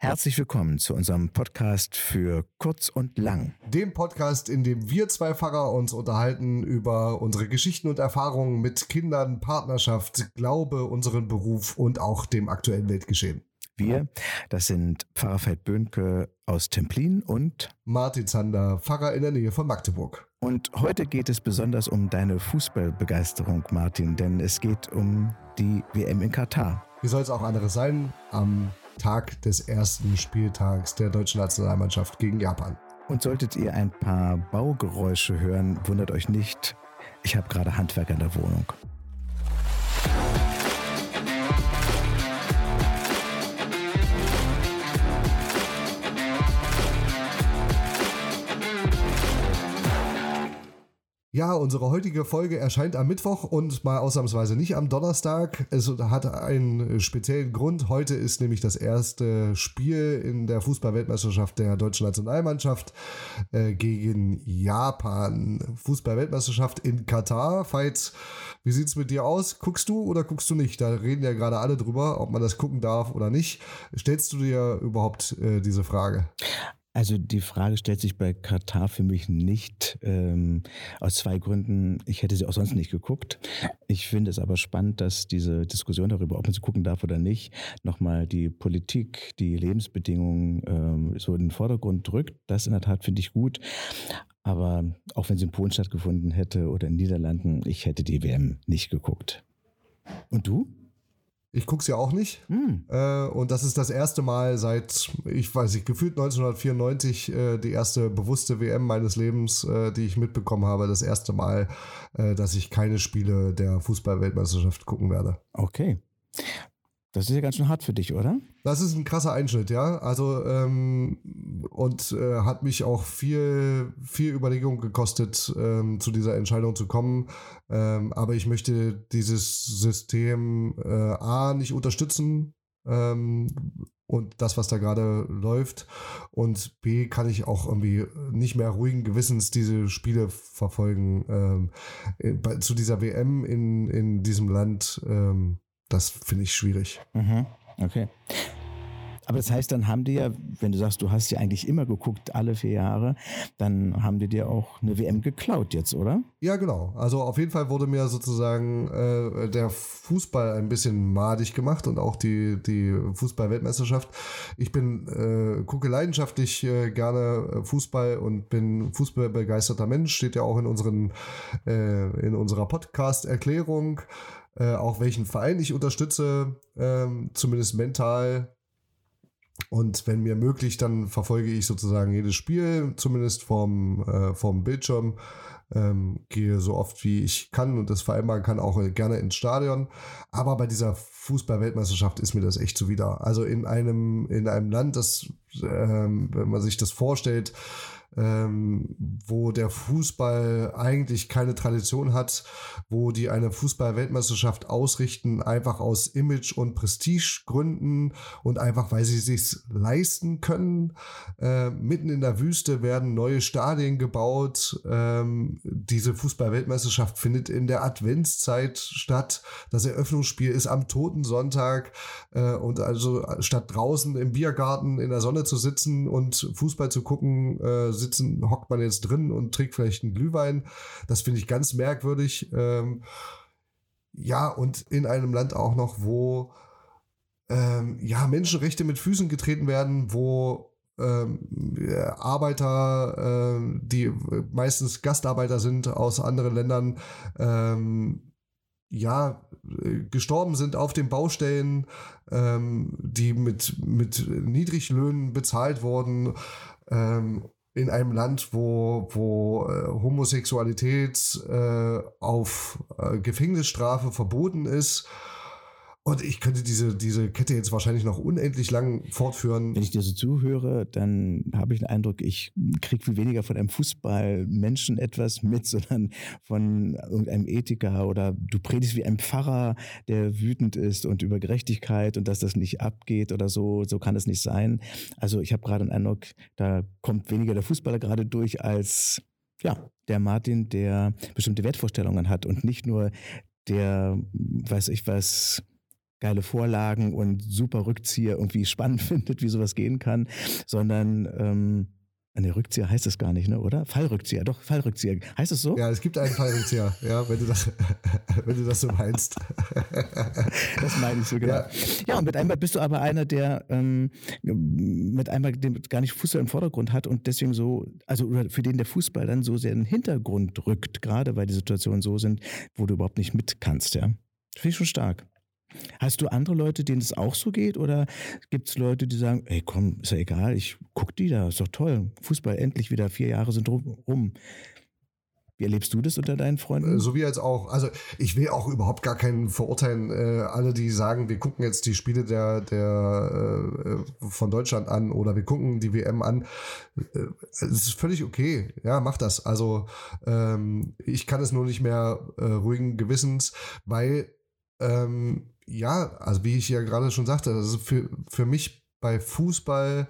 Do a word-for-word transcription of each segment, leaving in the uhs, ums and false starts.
Herzlich willkommen zu unserem Podcast für Kurz und Lang. Dem Podcast, in dem wir zwei Pfarrer uns unterhalten über unsere Geschichten und Erfahrungen mit Kindern, Partnerschaft, Glaube, unseren Beruf und auch dem aktuellen Weltgeschehen. Wir, das sind Pfarrer Veit Böhnke aus Templin und Martin Zander, Pfarrer in der Nähe von Magdeburg. Und heute geht es besonders um deine Fußballbegeisterung, Martin, denn es geht um die W M in Katar. Wie soll es auch anderes sein? Am Tag des ersten Spieltags der deutschen Nationalmannschaft gegen Japan. Und solltet ihr ein paar Baugeräusche hören, wundert euch nicht, ich habe gerade Handwerker in der Wohnung. Ja, unsere heutige Folge erscheint am Mittwoch und mal ausnahmsweise nicht am Donnerstag. Es hat einen speziellen Grund. Heute ist nämlich das erste Spiel in der Fußball-Weltmeisterschaft der deutschen Nationalmannschaft äh, gegen Japan. Fußball-Weltmeisterschaft in Katar. Veit, wie sieht's mit dir aus? Guckst du oder guckst du nicht? Da reden ja gerade alle drüber, ob man das gucken darf oder nicht. Stellst du dir überhaupt äh, diese Frage? Also die Frage stellt sich bei Katar für mich nicht, ähm, aus zwei Gründen. Ich hätte sie auch sonst nicht geguckt. Ich finde es aber spannend, dass diese Diskussion darüber, ob man sie gucken darf oder nicht, nochmal die Politik, die Lebensbedingungen ähm, so in den Vordergrund drückt. Das in der Tat finde ich gut. Aber auch wenn sie in Polen stattgefunden hätte oder in den Niederlanden, ich hätte die W M nicht geguckt. Und du? Ich gucke es ja auch nicht. Mm. Äh, und das ist das erste Mal seit, ich weiß nicht, gefühlt neunzehnhundertvierundneunzig äh, die erste bewusste W M meines Lebens, äh, die ich mitbekommen habe. Das erste Mal, äh, dass ich keine Spiele der Fußball-Weltmeisterschaft gucken werde. Okay. Das ist ja ganz schön hart für dich, oder? Das ist ein krasser Einschnitt, ja. Also ähm, und äh, hat mich auch viel, viel Überlegung gekostet, ähm, zu dieser Entscheidung zu kommen. Ähm, aber ich möchte dieses System äh, A nicht unterstützen ähm, und das, was da gerade läuft. Und B kann ich auch irgendwie nicht mehr ruhigen Gewissens diese Spiele verfolgen. Ähm, bei, zu dieser W M in, in diesem Land. Ähm, Das finde ich schwierig. Mhm. Okay. Aber das heißt, dann haben die ja, wenn du sagst, du hast ja eigentlich immer geguckt, alle vier Jahre, dann haben die dir auch eine W M geklaut jetzt, oder? Ja, genau. Also auf jeden Fall wurde mir sozusagen äh, der Fußball ein bisschen madig gemacht und auch die, die Fußball-Weltmeisterschaft. Ich bin, äh, gucke leidenschaftlich äh, gerne Fußball und bin fußballbegeisterter Mensch, steht ja auch in, unseren, äh, in unserer Podcast-Erklärung. Äh, auch welchen Verein ich unterstütze, ähm, zumindest mental. Und wenn mir möglich, dann verfolge ich sozusagen jedes Spiel, zumindest vom, äh, vom Bildschirm. Ähm, gehe so oft wie ich kann und das vereinbaren kann, auch gerne ins Stadion. Aber bei dieser Fußball-Weltmeisterschaft ist mir das echt zuwider. Also in einem, in einem Land, das, ähm, wenn man sich das vorstellt, Ähm, wo der Fußball eigentlich keine Tradition hat, wo die eine Fußball-Weltmeisterschaft ausrichten, einfach aus Image- und Prestigegründen und einfach, weil sie es sich leisten können. Äh, mitten in der Wüste werden neue Stadien gebaut. Ähm, diese Fußball-Weltmeisterschaft findet in der Adventszeit statt. Das Eröffnungsspiel ist am Totensonntag. Äh, und also statt draußen im Biergarten in der Sonne zu sitzen und Fußball zu gucken, äh, sitzen, hockt man jetzt drin und trinkt vielleicht einen Glühwein. Das finde ich ganz merkwürdig. Ähm, ja, und in einem Land auch noch, wo ähm, ja, Menschenrechte mit Füßen getreten werden, wo ähm, Arbeiter, äh, die meistens Gastarbeiter sind aus anderen Ländern, ähm, ja, gestorben sind auf den Baustellen, ähm, die mit, mit Niedriglöhnen bezahlt wurden, ähm, in einem Land, wo, wo äh, Homosexualität äh, auf äh, Gefängnisstrafe verboten ist. Und ich könnte diese, diese Kette jetzt wahrscheinlich noch unendlich lang fortführen. Wenn ich dir so zuhöre, dann habe ich den Eindruck, ich kriege viel weniger von einem Fußballmenschen etwas mit, sondern von irgendeinem Ethiker oder du predigst wie ein Pfarrer, der wütend ist und über Gerechtigkeit und dass das nicht abgeht oder so, so kann es nicht sein. Also ich habe gerade den Eindruck, da kommt weniger der Fußballer gerade durch als ja, der Martin, der bestimmte Wertvorstellungen hat und nicht nur der, weiß ich was, geile Vorlagen und super Rückzieher irgendwie spannend findet, wie sowas gehen kann, sondern ähm, eine Rückzieher heißt es gar nicht, ne, oder? Fallrückzieher, doch, Fallrückzieher. Heißt es so? Ja, es gibt einen Fallrückzieher, ja, wenn du das, wenn du das so meinst. Das meine ich so genau. Ja, ja, und mit einmal bist du aber einer, der ähm, mit einmal den gar nicht Fußball im Vordergrund hat und deswegen so, also für den der Fußball dann so sehr in den Hintergrund rückt, gerade weil die Situationen so sind, wo du überhaupt nicht mit kannst, ja. Finde ich schon stark. Hast du andere Leute, denen es auch so geht? Oder gibt es Leute, die sagen, ey komm, ist ja egal, ich guck die da, ist doch toll. Fußball, endlich wieder, vier Jahre sind rum. Wie erlebst du das unter deinen Freunden? So wie jetzt auch. Also ich will auch überhaupt gar keinen verurteilen. Äh, alle, die sagen, wir gucken jetzt die Spiele der, der äh, von Deutschland an oder wir gucken die W M an. Äh, es ist völlig okay. Ja, mach das. Also ähm, ich kann es nur nicht mehr äh, ruhigen Gewissens, weil ähm, ja, also wie ich ja gerade schon sagte, das ist für, für mich bei Fußball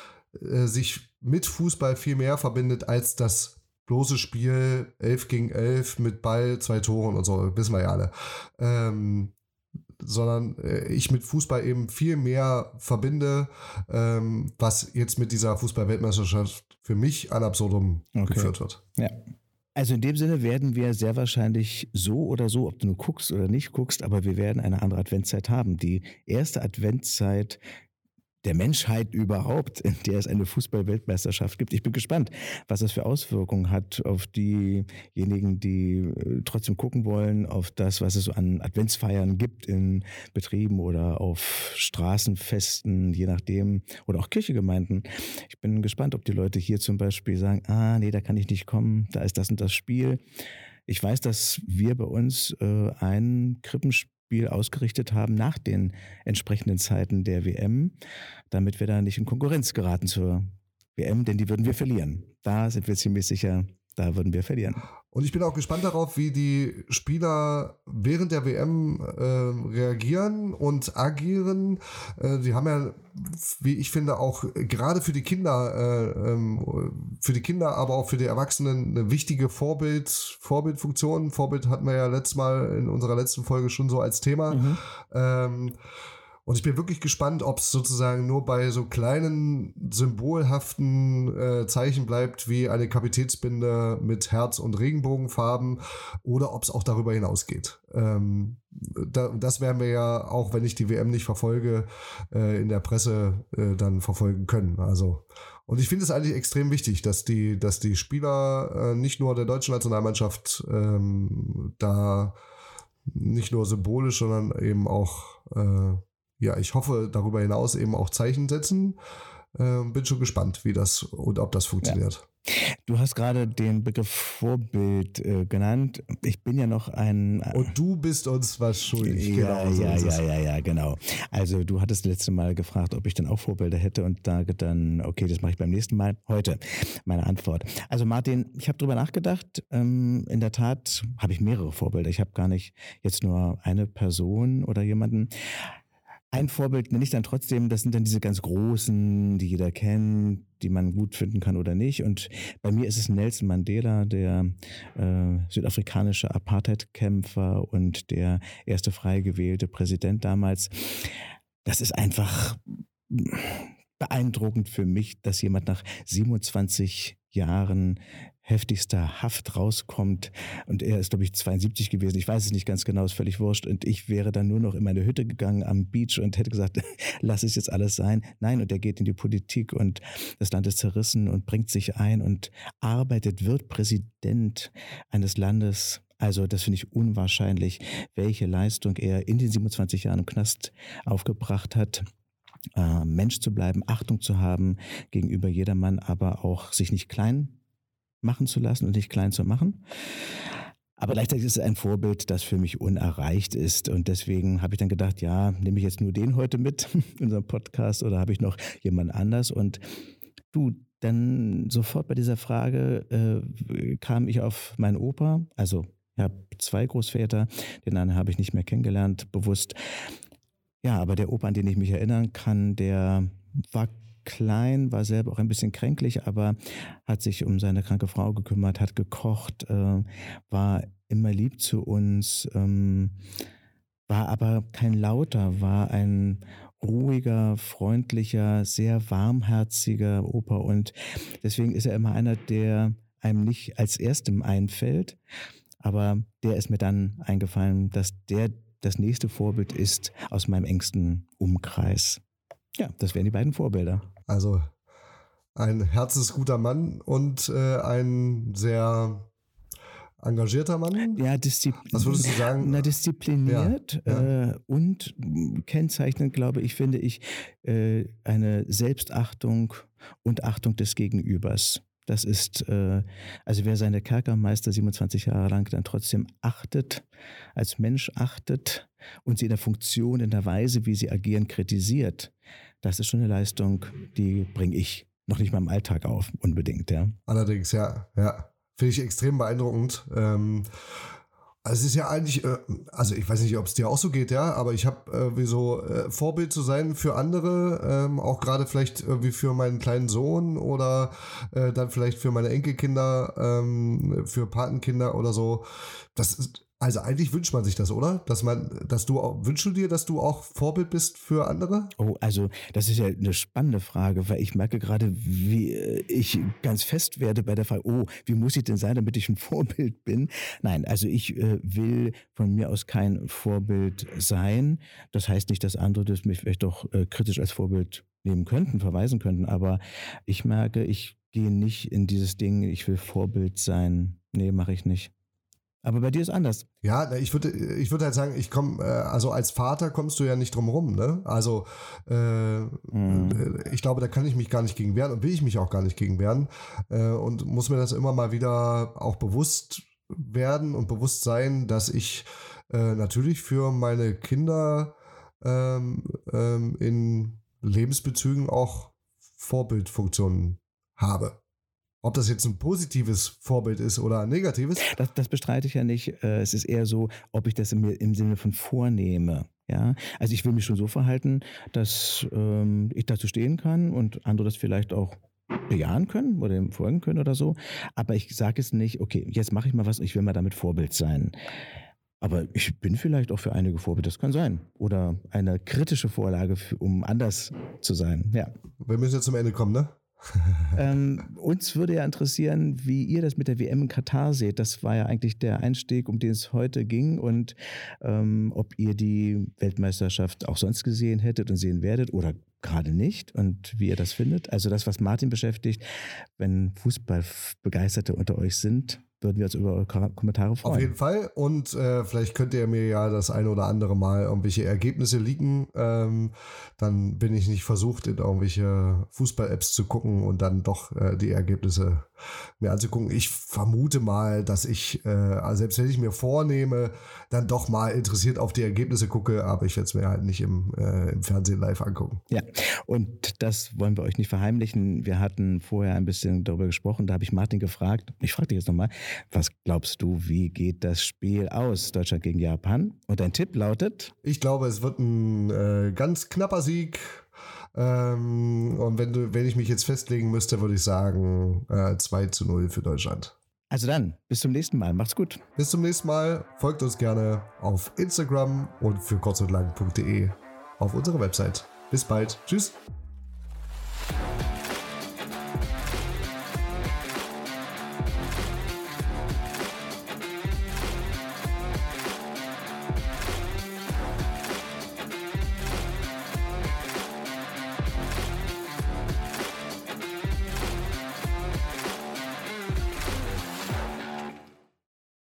äh, sich mit Fußball viel mehr verbindet als das bloßes Spiel, elf gegen elf mit Ball, zwei Toren und so, wissen wir ja alle. Ähm, sondern äh, ich mit Fußball eben viel mehr verbinde, ähm, was jetzt mit dieser Fußball-Weltmeisterschaft für mich an absurdum okay. geführt wird. Ja. Also in dem Sinne werden wir sehr wahrscheinlich so oder so, ob du nur guckst oder nicht guckst, aber wir werden eine andere Adventszeit haben. Die erste Adventszeit der Menschheit überhaupt, in der es eine Fußball-Weltmeisterschaft gibt. Ich bin gespannt, was das für Auswirkungen hat auf diejenigen, die trotzdem gucken wollen, auf das, was es so an Adventsfeiern gibt in Betrieben oder auf Straßenfesten, je nachdem, oder auch Kirchegemeinden. Ich bin gespannt, ob die Leute hier zum Beispiel sagen, ah, nee, da kann ich nicht kommen, da ist das und das Spiel. Ich weiß, dass wir bei uns äh, ein Krippenspiel Spiel ausgerichtet haben nach den entsprechenden Zeiten der W M, damit wir da nicht in Konkurrenz geraten zur W M, denn die würden wir verlieren. Da sind wir ziemlich sicher, da würden wir verlieren. Und ich bin auch gespannt darauf, wie die Spieler während der W M äh, reagieren und agieren. Äh, die haben ja, wie ich finde, auch gerade für die Kinder, äh, ähm, für die Kinder, aber auch für die Erwachsenen eine wichtige Vorbild, Vorbildfunktion. Vorbild hatten wir ja letztes Mal in unserer letzten Folge schon so als Thema. Mhm. Ähm, Und ich bin wirklich gespannt, ob es sozusagen nur bei so kleinen, symbolhaften äh, Zeichen bleibt, wie eine Kapitätsbinde mit Herz- und Regenbogenfarben, oder ob es auch darüber hinausgeht. Ähm, da, das werden wir ja, auch wenn ich die W M nicht verfolge, äh, in der Presse äh, dann verfolgen können. Also, und ich finde es eigentlich extrem wichtig, dass die, dass die Spieler äh, nicht nur der deutschen Nationalmannschaft ähm, da nicht nur symbolisch, sondern eben auch äh, ja, ich hoffe, darüber hinaus eben auch Zeichen setzen. Ähm, bin schon gespannt, wie das und ob das funktioniert. Ja. Du hast gerade den Begriff Vorbild äh, genannt. Ich bin ja noch ein... Äh, und du bist uns was schuldig. Ja, genau, so ja, ist ja, es. ja, ja, genau. Also du hattest das letzte Mal gefragt, ob ich dann auch Vorbilder hätte und da dann, okay, das mache ich beim nächsten Mal. Heute meine Antwort. Also Martin, ich habe drüber nachgedacht. Ähm, in der Tat habe ich mehrere Vorbilder. Ich habe gar nicht jetzt nur eine Person oder jemanden. Ein Vorbild nenne ich dann trotzdem, das sind dann diese ganz Großen, die jeder kennt, die man gut finden kann oder nicht. Und bei mir ist es Nelson Mandela, der äh, südafrikanische Apartheid-Kämpfer und der erste frei gewählte Präsident damals. Das ist einfach beeindruckend für mich, dass jemand nach siebenundzwanzig Jahren heftigster Haft rauskommt und er ist, glaube ich, zweiundsiebzig gewesen, ich weiß es nicht ganz genau, ist völlig wurscht und ich wäre dann nur noch in meine Hütte gegangen am Beach und hätte gesagt, lass es jetzt alles sein. Nein, und er geht in die Politik und das Land ist zerrissen und bringt sich ein und arbeitet, wird Präsident eines Landes. Also das finde ich unwahrscheinlich, welche Leistung er in den siebenundzwanzig Jahren im Knast aufgebracht hat. Äh, Mensch zu bleiben, Achtung zu haben gegenüber jedermann, aber auch sich nicht klein machen zu lassen und nicht klein zu machen. Aber gleichzeitig ist es ein Vorbild, das für mich unerreicht ist. Und deswegen habe ich dann gedacht, ja, nehme ich jetzt nur den heute mit in unserem Podcast oder habe ich noch jemand anders? Und du, dann sofort bei dieser Frage äh, kam ich auf meinen Opa. Also ich habe zwei Großväter, den einen habe ich nicht mehr kennengelernt, bewusst. Ja, aber der Opa, an den ich mich erinnern kann, der war klein, war selber auch ein bisschen kränklich, aber hat sich um seine kranke Frau gekümmert, hat gekocht, äh, war immer lieb zu uns, ähm, war aber kein lauter, war ein ruhiger, freundlicher, sehr warmherziger Opa. Und deswegen ist er immer einer, der einem nicht als erstem einfällt. Aber der ist mir dann eingefallen, dass der das nächste Vorbild ist aus meinem engsten Umkreis. Ja, das wären die beiden Vorbilder. Also ein herzensguter Mann und äh, ein sehr engagierter Mann? Ja, Diszi- Was würdest du sagen? Na, diszipliniert ja, ja. Äh, und kennzeichnend, glaube ich, finde ich, äh, eine Selbstachtung und Achtung des Gegenübers. Das ist, äh, also wer seine Kerkermeister siebenundzwanzig Jahre lang dann trotzdem achtet, als Mensch achtet und sie in der Funktion, in der Weise, wie sie agieren, kritisiert, das ist schon eine Leistung, die bringe ich noch nicht mal im Alltag auf, unbedingt, ja. Allerdings, ja, ja. Finde ich extrem beeindruckend. Ähm, also es ist ja eigentlich, äh, also ich weiß nicht, ob es dir auch so geht, ja, aber ich habe äh, wie so äh, Vorbild zu sein für andere, ähm, auch gerade vielleicht äh, wie für meinen kleinen Sohn oder äh, dann vielleicht für meine Enkelkinder, ähm, für Patenkinder oder so. Das ist, also eigentlich wünscht man sich das, oder? Dass man, dass du auch, wünschst du dir, dass du auch Vorbild bist für andere? Oh, also das ist ja eine spannende Frage, weil ich merke gerade, wie äh, ich ganz fest werde bei der Frage, oh, wie muss ich denn sein, damit ich ein Vorbild bin? Nein, also ich äh, will von mir aus kein Vorbild sein. Das heißt nicht, dass andere das mich vielleicht doch äh, kritisch als Vorbild nehmen könnten, verweisen könnten, aber ich merke, ich gehe nicht in dieses Ding, ich will Vorbild sein. Nee, mache ich nicht. Aber bei dir ist anders. Ja, ich würde ich würde halt sagen, ich komme, äh, also als Vater kommst du ja nicht drum rum, ne? Also äh, mhm. ich glaube, da kann ich mich gar nicht gegen wehren und will ich mich auch gar nicht gegen wehren äh, und muss mir das immer mal wieder auch bewusst werden und bewusst sein, dass ich äh, natürlich für meine Kinder ähm, ähm, in Lebensbezügen auch Vorbildfunktionen habe. Ob das jetzt ein positives Vorbild ist oder ein negatives? Das, das bestreite ich ja nicht. Es ist eher so, ob ich das im, im Sinne von vornehme. Ja? Also ich will mich schon so verhalten, dass ähm, ich dazu stehen kann und andere das vielleicht auch bejahen können oder dem folgen können oder so. Aber ich sage jetzt nicht, okay, jetzt mache ich mal was und ich will mal damit Vorbild sein. Aber ich bin vielleicht auch für einige Vorbild, das kann sein. Oder eine kritische Vorlage, für, um anders zu sein. Ja. Wir müssen jetzt zum Ende kommen, ne? ähm, uns würde ja interessieren, wie ihr das mit der W M in Katar seht. Das war ja eigentlich der Einstieg, um den es heute ging und ähm, ob ihr die Weltmeisterschaft auch sonst gesehen hättet und sehen werdet oder gerade nicht und wie ihr das findet. Also das, was Martin beschäftigt, wenn Fußballbegeisterte unter euch sind, würden wir uns über eure Kommentare freuen. Auf jeden Fall. Und äh, vielleicht könnt ihr mir ja das eine oder andere Mal irgendwelche Ergebnisse leaken. Ähm, dann bin ich nicht versucht, in irgendwelche Fußball-Apps zu gucken und dann doch äh, die Ergebnisse mir anzugucken. Ich vermute mal, dass ich, äh, also selbst wenn ich mir vornehme, dann doch mal interessiert auf die Ergebnisse gucke, aber ich werde es mir halt nicht im, äh, im Fernsehen live angucken. Ja, und das wollen wir euch nicht verheimlichen. Wir hatten vorher ein bisschen darüber gesprochen, da habe ich Martin gefragt, ich frage dich jetzt nochmal, was glaubst du, wie geht das Spiel aus, Deutschland gegen Japan? Und dein Tipp lautet? Ich glaube, es wird ein äh, ganz knapper Sieg. Ähm, und wenn, du, wenn ich mich jetzt festlegen müsste, würde ich sagen äh, zwei zu null für Deutschland. Also dann, bis zum nächsten Mal. Macht's gut. Bis zum nächsten Mal. Folgt uns gerne auf Instagram und für kurzundlang punkt de auf unserer Website. Bis bald. Tschüss.